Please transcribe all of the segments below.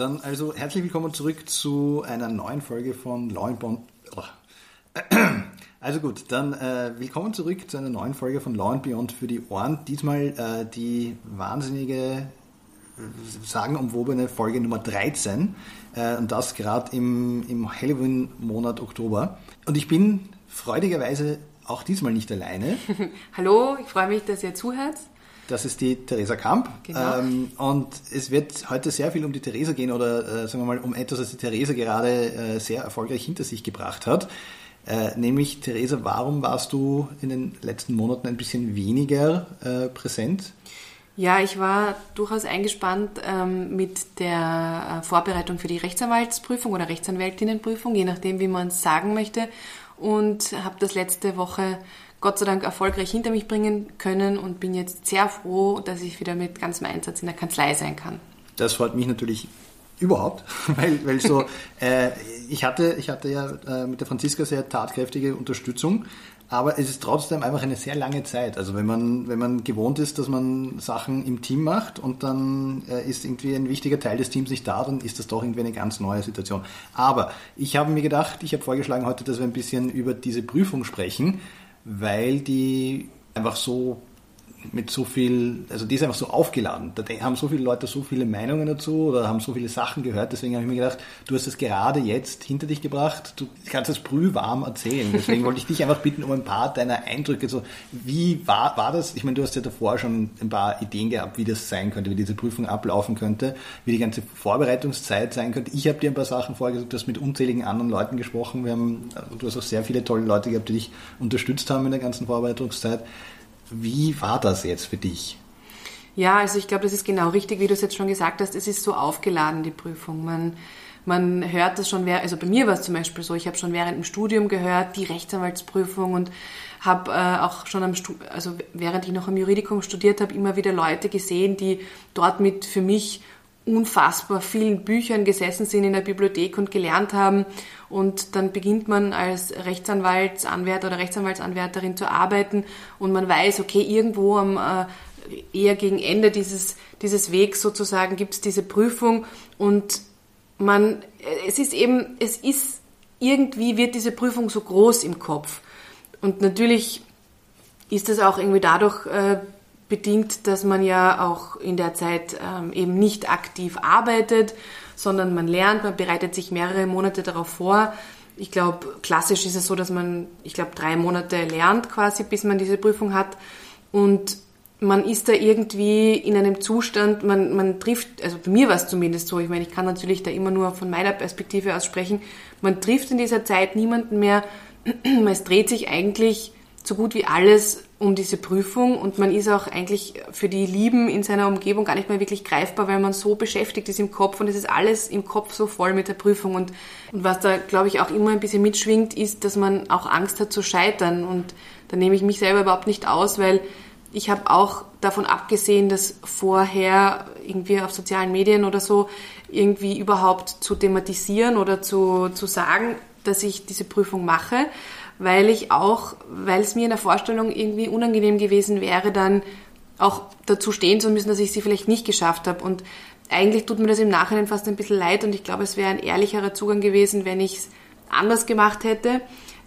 dann also herzlich willkommen zurück zu einer neuen Folge von Law & Beyond. Also gut, dann willkommen zurück zu einer neuen Folge von Law & Beyond für die Ohren. Diesmal die wahnsinnige, sagenumwobene Folge Nummer 13 und das gerade im Halloween-Monat Oktober. Und ich bin freudigerweise auch diesmal nicht alleine. Hallo, ich freue mich, dass ihr zuhört. Das ist die Theresa Kamp. Genau. Und es wird heute sehr viel um die Theresa gehen oder sagen wir mal um etwas, das die Theresa gerade sehr erfolgreich hinter sich gebracht hat. Nämlich, Theresa, warum warst du in den letzten Monaten ein bisschen weniger präsent? Ja, ich war durchaus eingespannt mit der Vorbereitung für die Rechtsanwaltsprüfung oder Rechtsanwältinnenprüfung, je nachdem, wie man es sagen möchte. Und habe das letzte Woche Gott sei Dank erfolgreich hinter mich bringen können und bin jetzt sehr froh, dass ich wieder mit ganzem Einsatz in der Kanzlei sein kann. Das freut mich natürlich überhaupt, weil so, ich hatte ja mit der Franziska sehr tatkräftige Unterstützung, aber es ist trotzdem einfach eine sehr lange Zeit. Also wenn man gewohnt ist, dass man Sachen im Team macht und dann ist irgendwie ein wichtiger Teil des Teams nicht da, dann ist das doch irgendwie eine ganz neue Situation. Aber ich habe mir gedacht, ich habe vorgeschlagen heute, dass wir ein bisschen über diese Prüfung sprechen, weil die einfach so mit so viel, also die ist einfach so aufgeladen. Da haben so viele Leute so viele Meinungen dazu oder haben so viele Sachen gehört. Deswegen habe ich mir gedacht, du hast es gerade jetzt hinter dich gebracht. Du kannst es brühwarm erzählen. Deswegen wollte ich dich einfach bitten um ein paar deiner Eindrücke. So, wie war das? Ich meine, du hast ja davor schon ein paar Ideen gehabt, wie das sein könnte, wie diese Prüfung ablaufen könnte, wie die ganze Vorbereitungszeit sein könnte. Ich habe dir ein paar Sachen vorgesagt, du hast mit unzähligen anderen Leuten gesprochen. Du hast auch sehr viele tolle Leute gehabt, die dich unterstützt haben in der ganzen Vorbereitungszeit. Wie war das jetzt für dich? Ja, also ich glaube, das ist genau richtig, wie du es jetzt schon gesagt hast. Es ist so aufgeladen, die Prüfung. Man hört das schon, also bei mir war es zum Beispiel so, ich habe schon während dem Studium gehört, die Rechtsanwaltsprüfung und habe auch schon also während ich noch am Juridikum studiert habe, immer wieder Leute gesehen, die dort mit für mich unfassbar vielen Büchern gesessen sind in der Bibliothek und gelernt haben. Und dann beginnt man als Rechtsanwaltsanwärter oder Rechtsanwaltsanwärterin zu arbeiten und man weiß, okay, irgendwo eher gegen Ende dieses Wegs sozusagen gibt es diese Prüfung und irgendwie wird diese Prüfung so groß im Kopf. Und natürlich ist es auch irgendwie dadurch bedingt, dass man ja auch in der Zeit eben nicht aktiv arbeitet, sondern man lernt, man bereitet sich mehrere Monate darauf vor. Ich glaube, klassisch ist es so, dass man, 3 Monate lernt quasi, bis man diese Prüfung hat. Und man ist da irgendwie in einem Zustand, man trifft, also bei mir war es zumindest so, ich meine, ich kann natürlich da immer nur von meiner Perspektive aus sprechen, man trifft in dieser Zeit niemanden mehr, es dreht sich eigentlich so gut wie alles um diese Prüfung und man ist auch eigentlich für die Lieben in seiner Umgebung gar nicht mehr wirklich greifbar, weil man so beschäftigt ist im Kopf und es ist alles im Kopf so voll mit der Prüfung und was da, glaube ich, auch immer ein bisschen mitschwingt, ist, dass man auch Angst hat zu scheitern und da nehme ich mich selber überhaupt nicht aus, weil ich habe auch davon abgesehen, dass vorher irgendwie auf sozialen Medien oder so irgendwie überhaupt zu thematisieren oder zu sagen, dass ich diese Prüfung mache, weil es mir in der Vorstellung irgendwie unangenehm gewesen wäre, dann auch dazu stehen zu müssen, dass ich sie vielleicht nicht geschafft habe. Und eigentlich tut mir das im Nachhinein fast ein bisschen leid und ich glaube, es wäre ein ehrlicherer Zugang gewesen, wenn ich es anders gemacht hätte.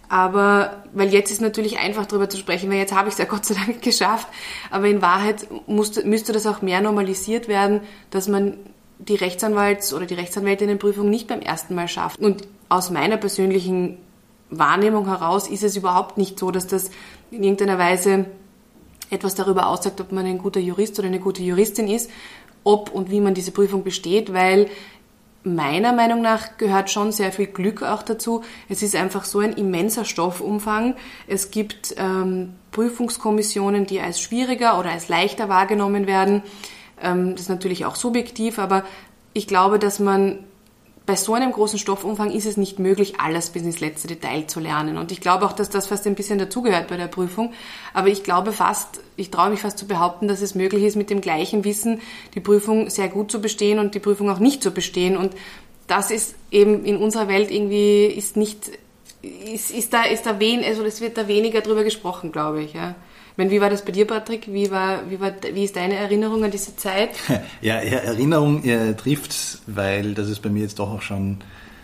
Aber, weil jetzt ist natürlich einfach darüber zu sprechen, weil jetzt habe ich es ja Gott sei Dank geschafft. Aber in Wahrheit müsste das auch mehr normalisiert werden, dass man die Rechtsanwalts- oder die Rechtsanwältinnenprüfung nicht beim ersten Mal schafft. Und aus meiner persönlichen Wahrnehmung heraus ist es überhaupt nicht so, dass das in irgendeiner Weise etwas darüber aussagt, ob man ein guter Jurist oder eine gute Juristin ist, ob und wie man diese Prüfung besteht, weil meiner Meinung nach gehört schon sehr viel Glück auch dazu. Es ist einfach so ein immenser Stoffumfang. Es gibt Prüfungskommissionen, die als schwieriger oder als leichter wahrgenommen werden. Das ist natürlich auch subjektiv, aber ich glaube, dass man bei so einem großen Stoffumfang ist es nicht möglich, alles bis ins letzte Detail zu lernen. Und ich glaube auch, dass das fast ein bisschen dazugehört bei der Prüfung. Aber ich traue mich fast zu behaupten, dass es möglich ist, mit dem gleichen Wissen die Prüfung sehr gut zu bestehen und die Prüfung auch nicht zu bestehen. Und das ist eben in unserer Welt irgendwie, es wird da weniger drüber gesprochen, glaube ich. Ja. meine, wie war das bei dir, Patrick? Wie ist deine Erinnerung an diese Zeit? Ja, Erinnerung trifft's, weil das ist bei mir jetzt doch auch schon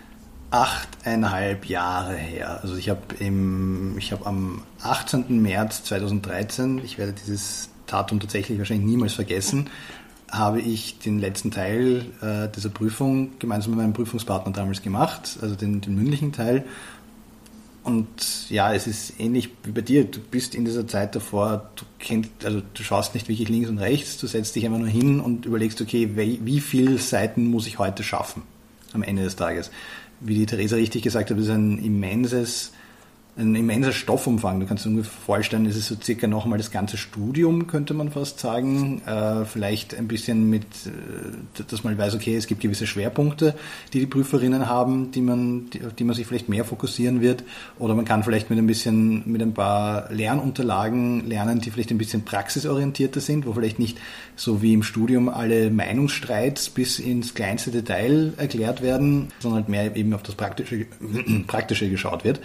8,5 Jahre her. Also ich habe am 18. März 2013, ich werde dieses Datum tatsächlich wahrscheinlich niemals vergessen, habe ich den letzten Teil dieser Prüfung gemeinsam mit meinem Prüfungspartner damals gemacht, also den mündlichen Teil. Und ja, es ist ähnlich wie bei dir. Du bist in dieser Zeit davor, du schaust nicht wirklich links und rechts, du setzt dich einfach nur hin und überlegst, okay, wie viele Seiten muss ich heute schaffen am Ende des Tages? Wie die Theresa richtig gesagt hat, das ist ein immenser Stoffumfang. Du kannst dir ungefähr vorstellen, es ist so circa nochmal das ganze Studium, könnte man fast sagen. Vielleicht ein bisschen mit, dass man weiß, okay, es gibt gewisse Schwerpunkte, die Prüferinnen haben, auf die man sich vielleicht mehr fokussieren wird. Oder man kann vielleicht mit ein paar Lernunterlagen lernen, die vielleicht ein bisschen praxisorientierter sind, wo vielleicht nicht so wie im Studium alle Meinungsstreits bis ins kleinste Detail erklärt werden, sondern halt mehr eben auf das Praktische geschaut wird.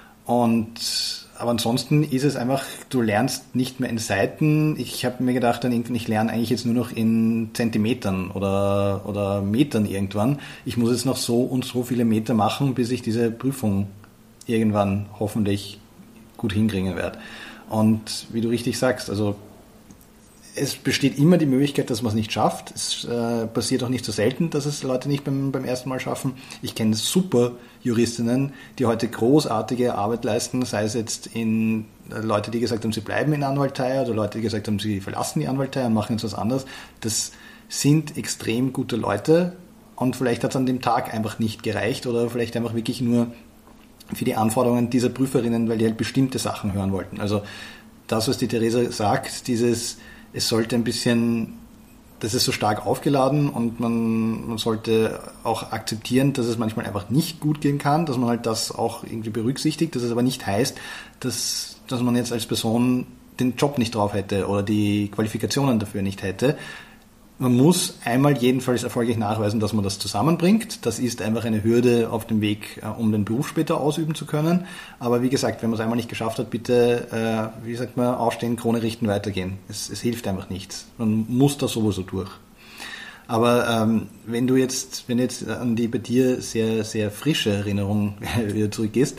Aber ansonsten ist es einfach, du lernst nicht mehr in Seiten. Ich habe mir gedacht, ich lerne eigentlich jetzt nur noch in Zentimetern oder Metern irgendwann. Ich muss jetzt noch so und so viele Meter machen, bis ich diese Prüfung irgendwann hoffentlich gut hinkriegen werde. Und wie du richtig sagst, also es besteht immer die Möglichkeit, dass man es nicht schafft. Es passiert auch nicht so selten, dass es Leute nicht beim ersten Mal schaffen. Ich kenne super Juristinnen, die heute großartige Arbeit leisten, sei es jetzt in Leute, die gesagt haben, sie bleiben in Anwaltei oder Leute, die gesagt haben, sie verlassen die Anwaltei und machen jetzt was anderes. Das sind extrem gute Leute und vielleicht hat es an dem Tag einfach nicht gereicht oder vielleicht einfach wirklich nur für die Anforderungen dieser Prüferinnen, weil die halt bestimmte Sachen hören wollten. Also das, was die Theresa sagt, es sollte ein bisschen, das ist so stark aufgeladen und man sollte auch akzeptieren, dass es manchmal einfach nicht gut gehen kann, dass man halt das auch irgendwie berücksichtigt, dass es aber nicht heißt, dass man jetzt als Person den Job nicht drauf hätte oder die Qualifikationen dafür nicht hätte. Man muss einmal jedenfalls erfolgreich nachweisen, dass man das zusammenbringt. Das ist einfach eine Hürde auf dem Weg, um den Beruf später ausüben zu können. Aber wie gesagt, wenn man es einmal nicht geschafft hat, bitte, aufstehen, Krone richten, weitergehen. Es hilft einfach nichts. Man muss da sowieso durch. Aber wenn du jetzt an die bei dir sehr, sehr frische Erinnerung wieder zurückgehst,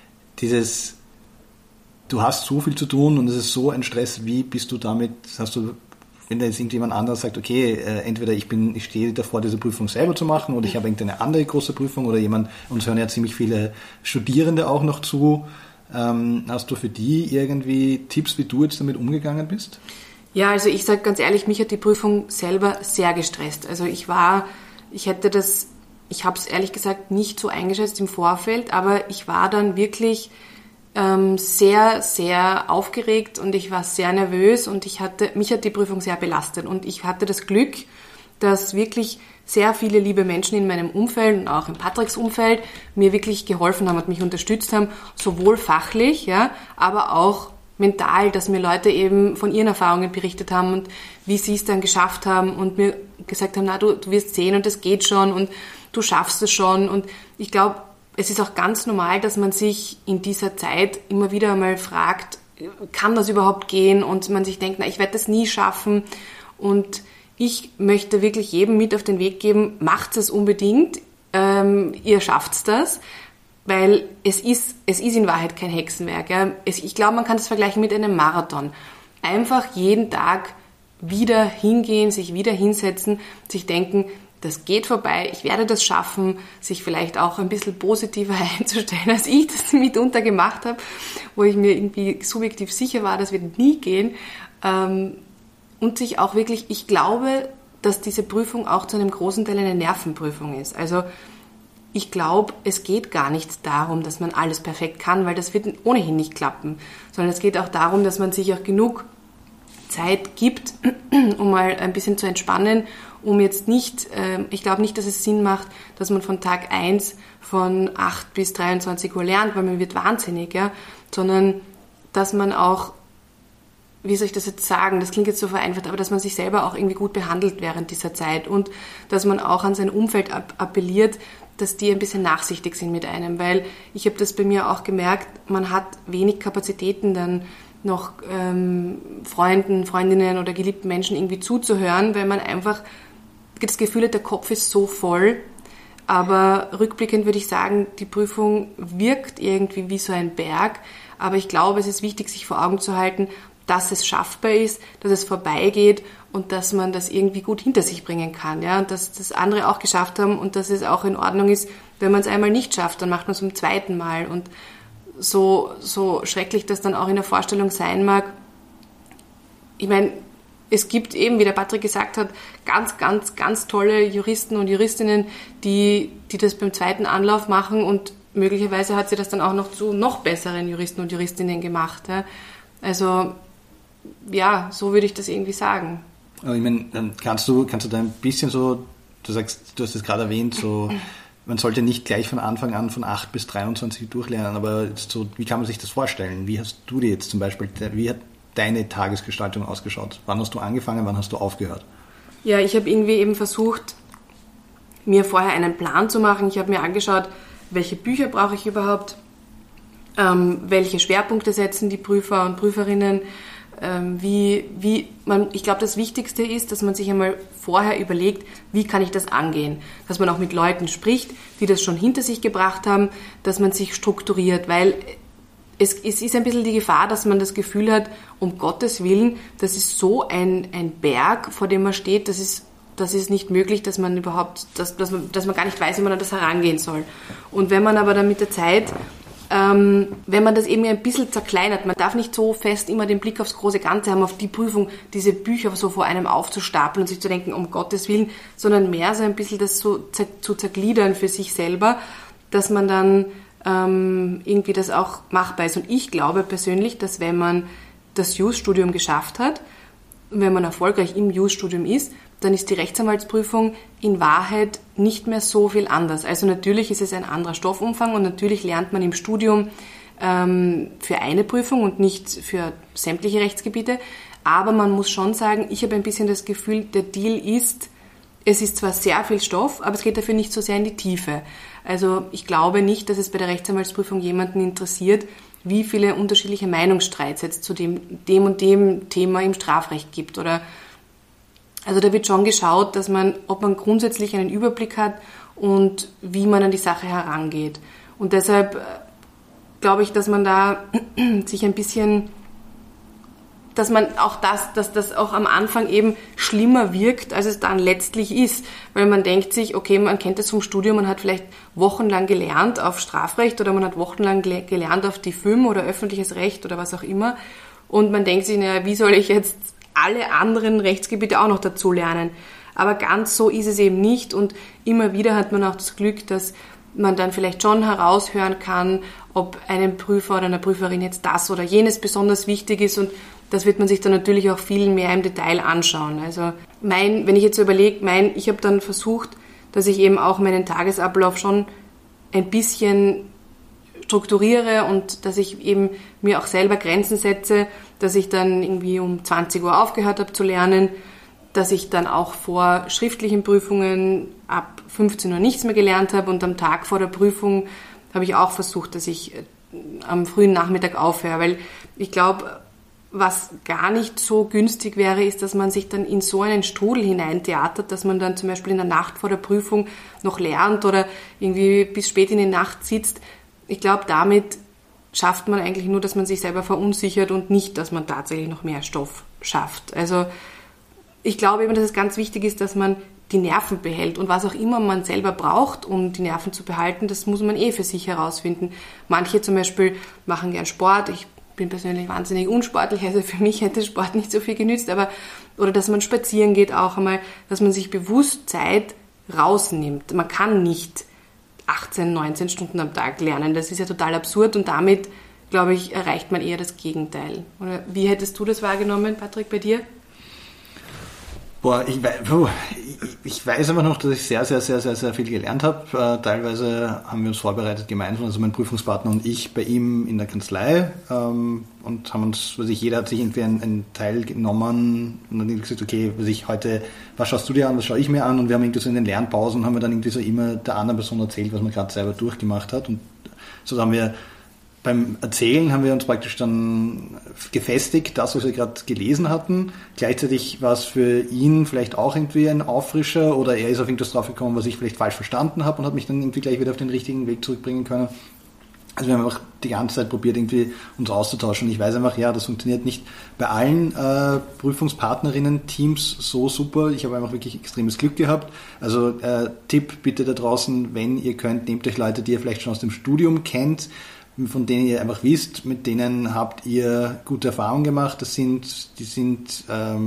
du hast so viel zu tun und es ist so ein Stress, wie bist du damit, wenn da jetzt irgendjemand anderes sagt, okay, entweder ich stehe davor, diese Prüfung selber zu machen oder ich habe irgendeine andere große Prüfung oder uns hören ja ziemlich viele Studierende auch noch zu. Hast du für die irgendwie Tipps, wie du jetzt damit umgegangen bist? Ja, also ich sage ganz ehrlich, mich hat die Prüfung selber sehr gestresst. Also ich habe es ehrlich gesagt nicht so eingeschätzt im Vorfeld, aber ich war dann wirklich sehr, sehr aufgeregt und ich war sehr nervös und mich hat die Prüfung sehr belastet und ich hatte das Glück, dass wirklich sehr viele liebe Menschen in meinem Umfeld und auch in Patricks Umfeld mir wirklich geholfen haben und mich unterstützt haben, sowohl fachlich, ja, aber auch mental, dass mir Leute eben von ihren Erfahrungen berichtet haben und wie sie es dann geschafft haben und mir gesagt haben, du wirst sehen und es geht schon und du schaffst es schon und ich glaube, es ist auch ganz normal, dass man sich in dieser Zeit immer wieder mal fragt, kann das überhaupt gehen? Und man sich denkt, ich werde das nie schaffen. Und ich möchte wirklich jedem mit auf den Weg geben, macht es unbedingt, ihr schafft das, weil es ist in Wahrheit kein Hexenwerk. Ja. Ich glaube, man kann das vergleichen mit einem Marathon. Einfach jeden Tag wieder hingehen, sich wieder hinsetzen, sich denken, das geht vorbei, ich werde das schaffen, sich vielleicht auch ein bisschen positiver einzustellen, als ich das mitunter gemacht habe, wo ich mir irgendwie subjektiv sicher war, das wird nie gehen. Und sich auch wirklich, ich glaube, dass diese Prüfung auch zu einem großen Teil eine Nervenprüfung ist. Also ich glaube, es geht gar nicht darum, dass man alles perfekt kann, weil das wird ohnehin nicht klappen, sondern es geht auch darum, dass man sich auch genug Zeit gibt, um mal ein bisschen zu entspannen, um jetzt nicht, ich glaube nicht, dass es Sinn macht, dass man von Tag 1 von 8 bis 23 Uhr lernt, weil man wird wahnsinnig, ja, sondern dass man auch, wie soll ich das jetzt sagen, das klingt jetzt so vereinfacht, aber dass man sich selber auch irgendwie gut behandelt während dieser Zeit und dass man auch an sein Umfeld appelliert, dass die ein bisschen nachsichtig sind mit einem, weil ich habe das bei mir auch gemerkt, man hat wenig Kapazitäten dann noch Freunden, Freundinnen oder geliebten Menschen irgendwie zuzuhören, weil man einfach das Gefühl hat, der Kopf ist so voll. Aber rückblickend würde ich sagen, die Prüfung wirkt irgendwie wie so ein Berg. Aber ich glaube, es ist wichtig, sich vor Augen zu halten, dass es schaffbar ist, dass es vorbeigeht und dass man das irgendwie gut hinter sich bringen kann. Ja? Und dass das andere auch geschafft haben und dass es auch in Ordnung ist, wenn man es einmal nicht schafft, dann macht man es zum zweiten Mal. Und so schrecklich das dann auch in der Vorstellung sein mag, ich meine, es gibt eben, wie der Patrick gesagt hat, ganz, ganz, ganz tolle Juristen und Juristinnen, die das beim zweiten Anlauf machen und möglicherweise hat sie das dann auch noch zu noch besseren Juristen und Juristinnen gemacht. Ja. Also, ja, so würde ich das irgendwie sagen. Aber ich meine, kannst du da ein bisschen so, du sagst, du hast es gerade erwähnt, so, man sollte nicht gleich von Anfang an von 8 bis 23 durchlernen, aber so, wie kann man sich das vorstellen? Wie hast du dir jetzt zum Beispiel, wie hat deine Tagesgestaltung ausgeschaut? Wann hast du angefangen, wann hast du aufgehört? Ja, ich habe irgendwie eben versucht, mir vorher einen Plan zu machen. Ich habe mir angeschaut, welche Bücher brauche ich überhaupt, welche Schwerpunkte setzen die Prüfer und Prüferinnen, ich glaube, das Wichtigste ist, dass man sich einmal vorher überlegt, wie kann ich das angehen? Dass man auch mit Leuten spricht, die das schon hinter sich gebracht haben, dass man sich strukturiert, weil es ist ein bisschen die Gefahr, dass man das Gefühl hat, um Gottes Willen, das ist so ein Berg, vor dem man steht, das ist nicht möglich, dass man überhaupt, dass man gar nicht weiß, wie man an das herangehen soll. Und wenn man aber dann mit der Zeit, wenn man das eben ein bisschen zerkleinert, man darf nicht so fest immer den Blick aufs große Ganze haben, auf die Prüfung, diese Bücher so vor einem aufzustapeln und sich zu denken, um Gottes Willen, sondern mehr so ein bisschen das so zu zergliedern für sich selber, dass man dann irgendwie das auch machbar ist. Und ich glaube persönlich, dass wenn man das Jus-Studium geschafft hat, wenn man erfolgreich im Jus-Studium ist, dann ist die Rechtsanwaltsprüfung in Wahrheit nicht mehr so viel anders. Also natürlich ist es ein anderer Stoffumfang und natürlich lernt man im Studium für eine Prüfung und nicht für sämtliche Rechtsgebiete. Aber man muss schon sagen, ich habe ein bisschen das Gefühl, der Deal ist, es ist zwar sehr viel Stoff, aber es geht dafür nicht so sehr in die Tiefe. Also ich glaube nicht, dass es bei der Rechtsanwaltsprüfung jemanden interessiert, wie viele unterschiedliche Meinungsstreits jetzt zu dem und dem Thema im Strafrecht gibt. Also da wird schon geschaut, ob man grundsätzlich einen Überblick hat und wie man an die Sache herangeht. Und deshalb glaube ich, dass man da sich ein bisschen, dass das auch am Anfang eben schlimmer wirkt, als es dann letztlich ist. Weil man denkt sich, okay, man kennt das vom Studium, man hat vielleicht wochenlang gelernt auf Strafrecht oder man hat wochenlang gelernt auf die FÜM oder öffentliches Recht oder was auch immer. Und man denkt sich, naja, wie soll ich jetzt alle anderen Rechtsgebiete auch noch dazu lernen? Aber ganz so ist es eben nicht und immer wieder hat man auch das Glück, dass man dann vielleicht schon heraushören kann, ob einem Prüfer oder einer Prüferin jetzt das oder jenes besonders wichtig ist und das wird man sich dann natürlich auch viel mehr im Detail anschauen. Also wenn ich jetzt so überlege, ich habe dann versucht, dass ich eben auch meinen Tagesablauf schon ein bisschen strukturiere und dass ich eben mir auch selber Grenzen setze, dass ich dann irgendwie um 20 Uhr aufgehört habe zu lernen, dass ich dann auch vor schriftlichen Prüfungen ab 15 Uhr nichts mehr gelernt habe und am Tag vor der Prüfung habe ich auch versucht, dass ich am frühen Nachmittag aufhöre, weil ich glaube, was gar nicht so günstig wäre, ist, dass man sich dann in so einen Strudel hineintheatert, dass man dann zum Beispiel in der Nacht vor der Prüfung noch lernt oder irgendwie bis spät in die Nacht sitzt. Ich glaube, damit schafft man eigentlich nur, dass man sich selber verunsichert und nicht, dass man tatsächlich noch mehr Stoff schafft. Also ich glaube eben, dass es ganz wichtig ist, dass man die Nerven behält und was auch immer man selber braucht, um die Nerven zu behalten, das muss man für sich herausfinden. Manche zum Beispiel machen gern Sport, ich bin persönlich wahnsinnig unsportlich, also für mich hätte Sport nicht so viel genützt, oder dass man spazieren geht auch einmal, dass man sich bewusst Zeit rausnimmt. Man kann nicht 18, 19 Stunden am Tag lernen, das ist ja total absurd und damit, glaube ich, erreicht man eher das Gegenteil. Oder wie hättest du das wahrgenommen, Patrick, bei dir? Ich weiß aber noch, dass ich sehr, sehr, sehr, sehr, sehr viel gelernt habe. Teilweise haben wir uns vorbereitet gemeinsam, also mein Prüfungspartner und ich bei ihm in der Kanzlei und haben uns, jeder hat sich irgendwie einen Teil genommen und dann gesagt, okay, was schaust du dir an, was schaue ich mir an und wir haben irgendwie so in den Lernpausen haben wir dann irgendwie so immer der anderen Person erzählt, was man gerade selber durchgemacht hat und so haben wir beim Erzählen haben wir uns praktisch dann gefestigt, das, was wir gerade gelesen hatten. Gleichzeitig war es für ihn vielleicht auch irgendwie ein Auffrischer oder er ist auf irgendwas draufgekommen, was ich vielleicht falsch verstanden habe und hat mich dann irgendwie gleich wieder auf den richtigen Weg zurückbringen können. Also wir haben einfach die ganze Zeit probiert, irgendwie uns auszutauschen. Ich weiß einfach, ja, das funktioniert nicht bei allen Prüfungspartnerinnen-Teams so super. Ich habe einfach wirklich extremes Glück gehabt. Also Tipp bitte da draußen, wenn ihr könnt, nehmt euch Leute, die ihr vielleicht schon aus dem Studium kennt, von denen ihr einfach wisst, mit denen habt ihr gute Erfahrungen gemacht. Die sind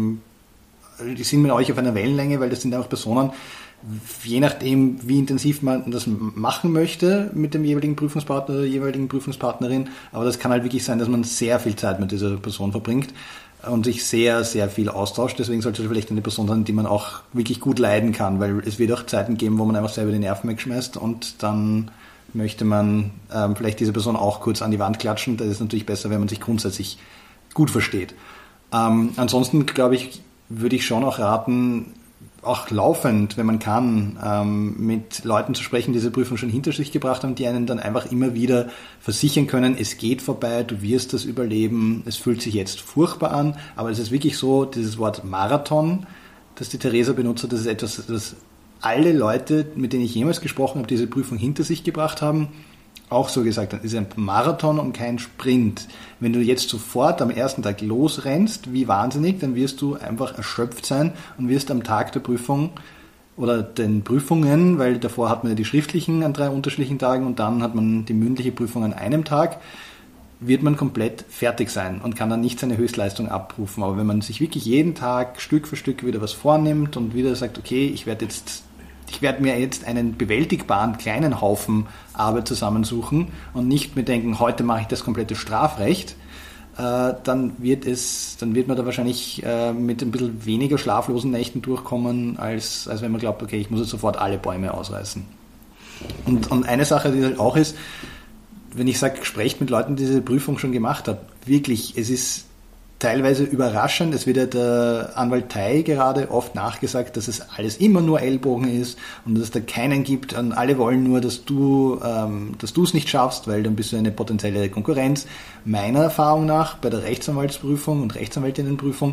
mit euch auf einer Wellenlänge, weil das sind einfach Personen, je nachdem, wie intensiv man das machen möchte mit dem jeweiligen Prüfungspartner oder der jeweiligen Prüfungspartnerin. Aber das kann halt wirklich sein, dass man sehr viel Zeit mit dieser Person verbringt und sich sehr, sehr viel austauscht. Deswegen sollte es vielleicht eine Person sein, die man auch wirklich gut leiden kann, weil es wird auch Zeiten geben, wo man einfach selber die Nerven wegschmeißt und dann möchte man vielleicht diese Person auch kurz an die Wand klatschen. Das ist natürlich besser, wenn man sich grundsätzlich gut versteht. Ansonsten, glaube ich, würde ich schon auch raten, auch laufend, wenn man kann, mit Leuten zu sprechen, die diese Prüfung schon hinter sich gebracht haben, die einen dann einfach immer wieder versichern können, es geht vorbei, du wirst das überleben, es fühlt sich jetzt furchtbar an, aber es ist wirklich so, dieses Wort Marathon, das die Theresa benutzt hat, das ist etwas, das alle Leute, mit denen ich jemals gesprochen habe, diese Prüfung hinter sich gebracht haben, auch so gesagt haben, es ist ein Marathon und kein Sprint. Wenn du jetzt sofort am ersten Tag losrennst, wie wahnsinnig, dann wirst du einfach erschöpft sein und wirst am Tag der Prüfung oder den Prüfungen, weil davor hat man ja die schriftlichen an 3 unterschiedlichen Tagen und dann hat man die mündliche Prüfung an einem Tag, wird man komplett fertig sein und kann dann nicht seine Höchstleistung abrufen. Aber wenn man sich wirklich jeden Tag Stück für Stück wieder was vornimmt und wieder sagt, okay, ich werde mir jetzt einen bewältigbaren kleinen Haufen Arbeit zusammensuchen und nicht mir denken, heute mache ich das komplette Strafrecht, dann wird man da wahrscheinlich mit ein bisschen weniger schlaflosen Nächten durchkommen, als wenn man glaubt, okay, ich muss jetzt sofort alle Bäume ausreißen. Und eine Sache, die halt auch ist, wenn ich sage, sprecht mit Leuten, die diese Prüfung schon gemacht haben, wirklich, es ist teilweise überraschend. Es wird ja der Anwalt They gerade oft nachgesagt, dass es alles immer nur Ellbogen ist und dass es da keinen gibt. Und alle wollen nur, dass du es nicht schaffst, weil dann bist du eine potenzielle Konkurrenz. Meiner Erfahrung nach bei der Rechtsanwaltsprüfung und Rechtsanwältinnenprüfung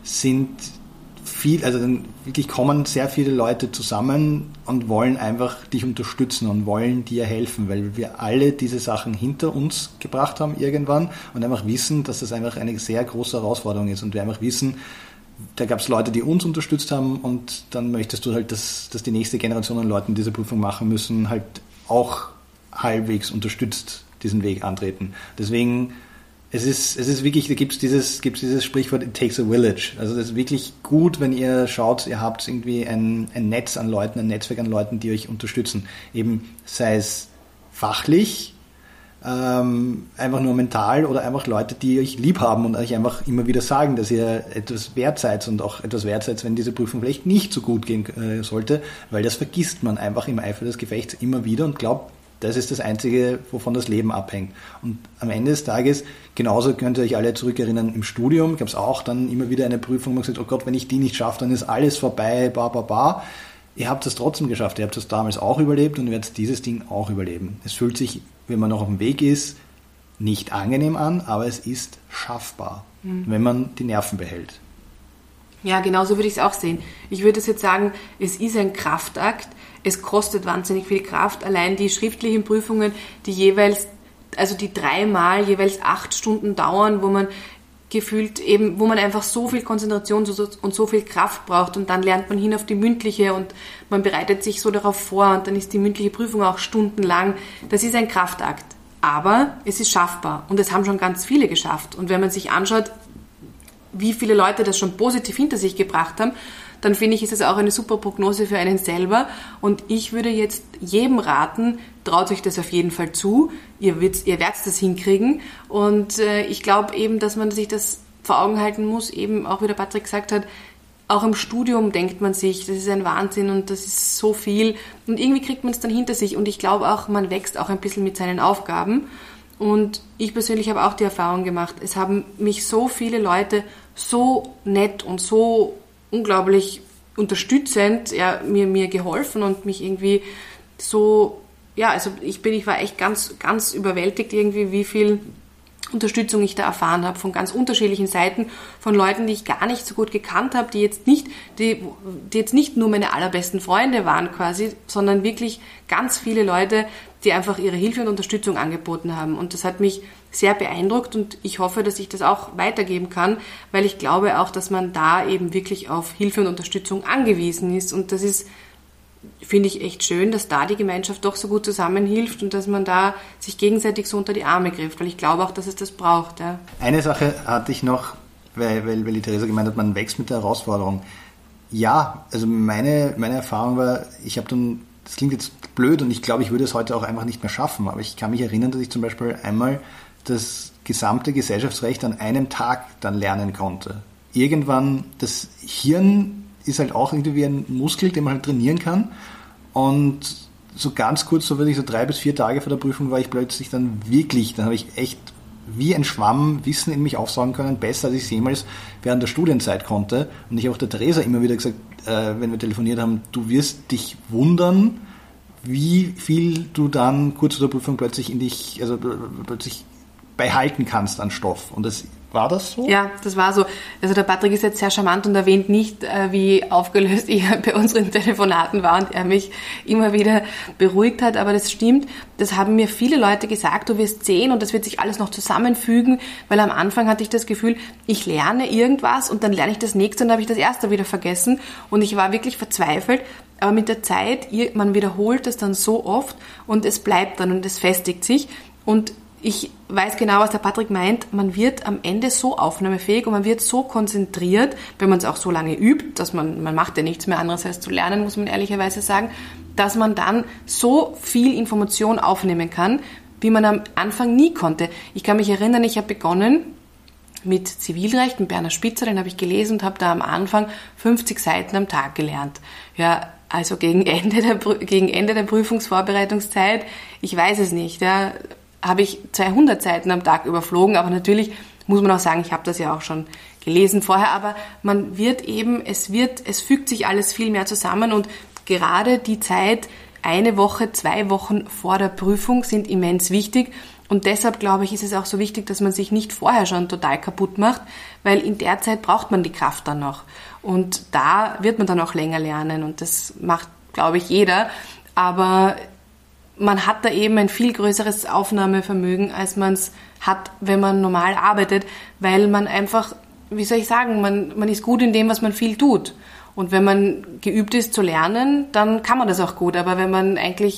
dann wirklich kommen sehr viele Leute zusammen und wollen einfach dich unterstützen und wollen dir helfen, weil wir alle diese Sachen hinter uns gebracht haben irgendwann und einfach wissen, dass das einfach eine sehr große Herausforderung ist und wir einfach wissen, da gab es Leute, die uns unterstützt haben und dann möchtest du halt, dass die nächste Generation an Leuten, die diese Prüfung machen müssen, halt auch halbwegs unterstützt diesen Weg antreten. Deswegen es ist wirklich, da gibt's dieses Sprichwort, it takes a village. Also das ist wirklich gut, wenn ihr schaut, ihr habt irgendwie ein Netz an Leuten, ein Netzwerk an Leuten, die euch unterstützen. Eben sei es fachlich, einfach nur mental oder einfach Leute, die euch lieb haben und euch einfach immer wieder sagen, dass ihr etwas wert seid und auch etwas wert seid, wenn diese Prüfung vielleicht nicht so gut gehen sollte, weil das vergisst man einfach im Eifer des Gefechts immer wieder und glaubt, das ist das Einzige, wovon das Leben abhängt. Und am Ende des Tages, genauso könnt ihr euch alle zurückerinnern, im Studium gab es auch dann immer wieder eine Prüfung, wo man gesagt, oh Gott, wenn ich die nicht schaffe, dann ist alles vorbei, Ihr habt es trotzdem geschafft, ihr habt es damals auch überlebt und ihr werdet dieses Ding auch überleben. Es fühlt sich, wenn man noch auf dem Weg ist, nicht angenehm an, aber es ist schaffbar, wenn man die Nerven behält. Ja, genau so würde ich es auch sehen. Ich würde jetzt sagen, es ist ein Kraftakt. Es kostet wahnsinnig viel Kraft. Allein die schriftlichen Prüfungen, die 3-mal jeweils 8 Stunden dauern, wo man gefühlt eben, wo man einfach so viel Konzentration und so viel Kraft braucht und dann lernt man hin auf die mündliche und man bereitet sich so darauf vor und dann ist die mündliche Prüfung auch stundenlang. Das ist ein Kraftakt. Aber es ist schaffbar und es haben schon ganz viele geschafft. Und wenn man sich anschaut, wie viele Leute das schon positiv hinter sich gebracht haben, dann finde ich, ist es auch eine super Prognose für einen selber. Und ich würde jetzt jedem raten, traut euch das auf jeden Fall zu. Ihr werdet das hinkriegen. Und ich glaube eben, dass man sich das vor Augen halten muss, eben auch wie der Patrick gesagt hat, auch im Studium denkt man sich, das ist ein Wahnsinn und das ist so viel. Und irgendwie kriegt man es dann hinter sich. Und ich glaube auch, man wächst auch ein bisschen mit seinen Aufgaben. Und ich persönlich habe auch die Erfahrung gemacht, es haben mich so viele Leute so nett und so unglaublich unterstützend mir geholfen und mich irgendwie so ja, also ich war echt ganz, ganz überwältigt irgendwie, wie viel Unterstützung ich da erfahren habe von ganz unterschiedlichen Seiten, von Leuten, die ich gar nicht so gut gekannt habe, die jetzt nicht nur meine allerbesten Freunde waren quasi, sondern wirklich ganz viele Leute, die einfach ihre Hilfe und Unterstützung angeboten haben. Und das hat mich sehr beeindruckt und ich hoffe, dass ich das auch weitergeben kann, weil ich glaube auch, dass man da eben wirklich auf Hilfe und Unterstützung angewiesen ist. Und das ist, finde ich, echt schön, dass da die Gemeinschaft doch so gut zusammenhilft und dass man da sich gegenseitig so unter die Arme greift, weil ich glaube auch, dass es das braucht. Ja. Eine Sache hatte ich noch, weil die Theresa gemeint hat, man wächst mit der Herausforderung. Ja, also meine Erfahrung war, ich habe dann, das klingt jetzt blöd und ich glaube, ich würde es heute auch einfach nicht mehr schaffen, aber ich kann mich erinnern, dass ich zum Beispiel einmal das gesamte Gesellschaftsrecht an einem Tag dann lernen konnte. Irgendwann, das Hirn ist halt auch irgendwie wie ein Muskel, den man halt trainieren kann. Und so ganz kurz, so würde ich so 3 bis 4 Tage vor der Prüfung war ich plötzlich dann habe ich echt wie ein Schwamm Wissen in mich aufsaugen können, besser als ich es jemals während der Studienzeit konnte. Und ich habe auch der Theresa immer wieder gesagt, wenn wir telefoniert haben, du wirst dich wundern, wie viel du dann kurz vor der Prüfung plötzlich plötzlich behalten kannst an Stoff. Und war das so? Ja, das war so. Also der Patrick ist jetzt sehr charmant und erwähnt nicht, wie aufgelöst ich bei unseren Telefonaten war und er mich immer wieder beruhigt hat, aber das stimmt. Das haben mir viele Leute gesagt, du wirst sehen und das wird sich alles noch zusammenfügen, weil am Anfang hatte ich das Gefühl, ich lerne irgendwas und dann lerne ich das nächste und dann habe ich das erste wieder vergessen und ich war wirklich verzweifelt. Aber mit der Zeit, man wiederholt es dann so oft und es bleibt dann und es festigt sich und ich weiß genau, was der Patrick meint. Man wird am Ende so aufnahmefähig und man wird so konzentriert, wenn man es auch so lange übt, dass man macht ja nichts mehr anderes als zu lernen, muss man ehrlicherweise sagen, dass man dann so viel Information aufnehmen kann, wie man am Anfang nie konnte. Ich kann mich erinnern, ich habe begonnen mit Zivilrecht, mit Berner Spitzer, den habe ich gelesen und habe da am Anfang 50 Seiten am Tag gelernt. Ja, also gegen Ende der Prüfungsvorbereitungszeit, ich weiß es nicht, ja, habe ich 200 Seiten am Tag überflogen, aber natürlich muss man auch sagen, ich habe das ja auch schon gelesen vorher, aber es fügt sich alles viel mehr zusammen und gerade die Zeit, 1 Woche, 2 Wochen vor der Prüfung sind immens wichtig und deshalb glaube ich, ist es auch so wichtig, dass man sich nicht vorher schon total kaputt macht, weil in der Zeit braucht man die Kraft dann noch und da wird man dann auch länger lernen und das macht, glaube ich, jeder, aber man hat da eben ein viel größeres Aufnahmevermögen, als man es hat, wenn man normal arbeitet, weil man einfach, wie soll ich sagen, man ist gut in dem, was man viel tut. Und wenn man geübt ist zu lernen, dann kann man das auch gut. Aber wenn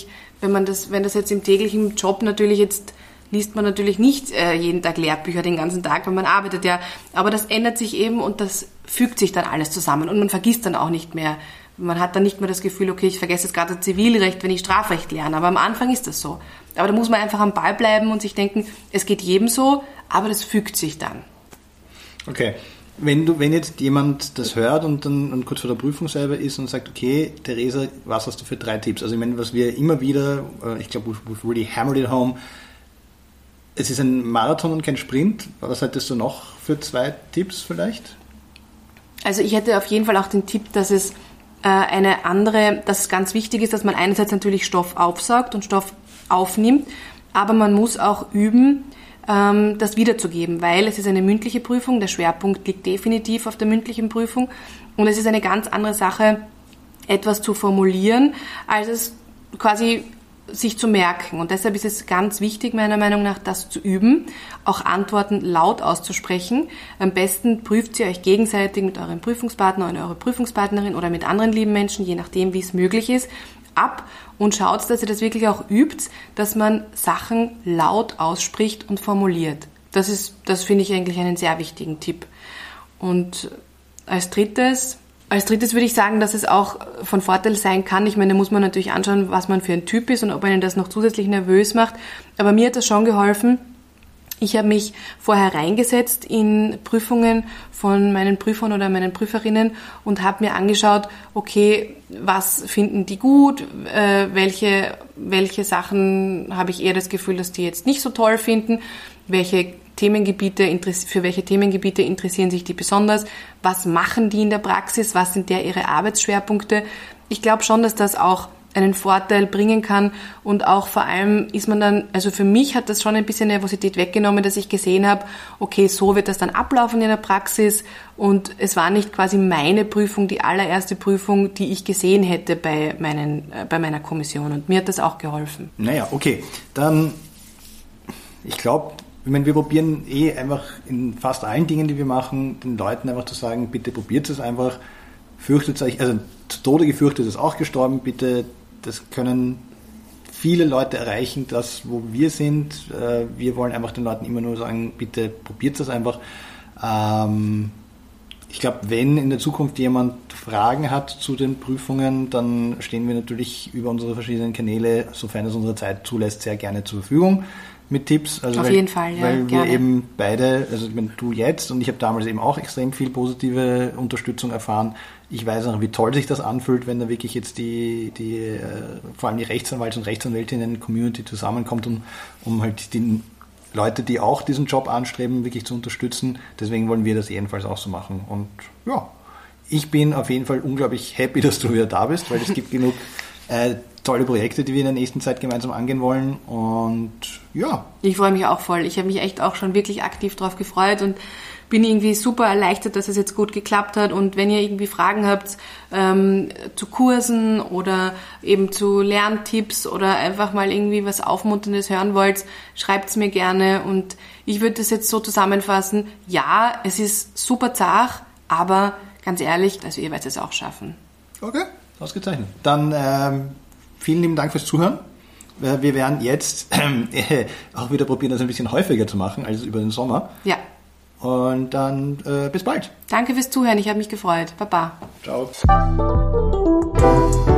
das jetzt im täglichen Job natürlich jetzt, liest man natürlich nicht jeden Tag Lehrbücher den ganzen Tag, weil man arbeitet ja. Aber das ändert sich eben und das fügt sich dann alles zusammen und man vergisst dann auch nicht mehr. Man hat dann nicht mehr das Gefühl, okay, ich vergesse jetzt gerade das Zivilrecht, wenn ich Strafrecht lerne. Aber am Anfang ist das so. Aber da muss man einfach am Ball bleiben und sich denken, es geht jedem so, aber das fügt sich dann. Okay. Wenn jetzt jemand das hört und dann kurz vor der Prüfung selber ist und sagt, okay, Theresa, was hast du für 3 Tipps? Also ich meine, was wir immer wieder, ich glaube, we've really hammered it home, es ist ein Marathon und kein Sprint. Was hättest du noch für 2 Tipps vielleicht? Also ich hätte auf jeden Fall auch den Tipp, dass es dass es ganz wichtig ist, dass man einerseits natürlich Stoff aufsaugt und Stoff aufnimmt, aber man muss auch üben, das wiederzugeben, weil es ist eine mündliche Prüfung, der Schwerpunkt liegt definitiv auf der mündlichen Prüfung und es ist eine ganz andere Sache, etwas zu formulieren, als es quasi sich zu merken. Und deshalb ist es ganz wichtig, meiner Meinung nach, das zu üben, auch Antworten laut auszusprechen. Am besten prüft ihr euch gegenseitig mit eurem Prüfungspartner oder eurer Prüfungspartnerin oder mit anderen lieben Menschen, je nachdem, wie es möglich ist, ab und schaut, dass ihr das wirklich auch übt, dass man Sachen laut ausspricht und formuliert. Das finde ich eigentlich einen sehr wichtigen Tipp. Und als drittes würde ich sagen, dass es auch von Vorteil sein kann. Ich meine, da muss man natürlich anschauen, was man für ein Typ ist und ob einen das noch zusätzlich nervös macht. Aber mir hat das schon geholfen. Ich habe mich vorher reingesetzt in Prüfungen von meinen Prüfern oder meinen Prüferinnen und habe mir angeschaut, okay, was finden die gut, welche Sachen habe ich eher das Gefühl, dass die jetzt nicht so toll finden, für welche Themengebiete interessieren sich die besonders, was machen die in der Praxis, was sind ihre Arbeitsschwerpunkte. Ich glaube schon, dass das auch einen Vorteil bringen kann und auch vor allem ist man dann, also für mich hat das schon ein bisschen Nervosität weggenommen, dass ich gesehen habe, okay, so wird das dann ablaufen in der Praxis und es war nicht quasi meine Prüfung, die allererste Prüfung, die ich gesehen hätte bei meiner Kommission und mir hat das auch geholfen. Naja, okay, dann, ich glaube, wir probieren einfach in fast allen Dingen, die wir machen, den Leuten einfach zu sagen, bitte probiert es einfach, fürchtet euch, also zu Tode gefürchtet ist auch gestorben, bitte, das können viele Leute erreichen, das, wo wir sind. Wir wollen einfach den Leuten immer nur sagen, bitte probiert es einfach. Ich glaube, wenn in der Zukunft jemand Fragen hat zu den Prüfungen, dann stehen wir natürlich über unsere verschiedenen Kanäle, sofern es unsere Zeit zulässt, sehr gerne zur Verfügung mit Tipps. Also Auf jeden Fall, ja, weil gerne. wir eben beide, also wenn du jetzt und ich habe damals eben auch extrem viel positive Unterstützung erfahren. Ich weiß noch, wie toll sich das anfühlt, wenn da wirklich jetzt die vor allem die Rechtsanwalts- und Rechtsanwältinnen-Community zusammenkommt, um halt die Leute, die auch diesen Job anstreben, wirklich zu unterstützen. Deswegen wollen wir das jedenfalls auch so machen. Und ja, ich bin auf jeden Fall unglaublich happy, dass du wieder da bist, weil es gibt genug tolle Projekte, die wir in der nächsten Zeit gemeinsam angehen wollen. Und ja. Ich freue mich auch voll. Ich habe mich echt auch schon wirklich aktiv drauf gefreut und bin irgendwie super erleichtert, dass es jetzt gut geklappt hat. Und wenn ihr irgendwie Fragen habt zu Kursen oder eben zu Lerntipps oder einfach mal irgendwie was Aufmunterndes hören wollt, schreibt's mir gerne. Und ich würde das jetzt so zusammenfassen. Ja, es ist super zart, aber ganz ehrlich, also ihr werdet es auch schaffen. Okay, ausgezeichnet. Dann vielen lieben Dank fürs Zuhören. Wir werden jetzt auch wieder probieren, das ein bisschen häufiger zu machen als über den Sommer. Ja. Und dann bis bald. Danke fürs Zuhören, ich habe mich gefreut. Baba. Ciao.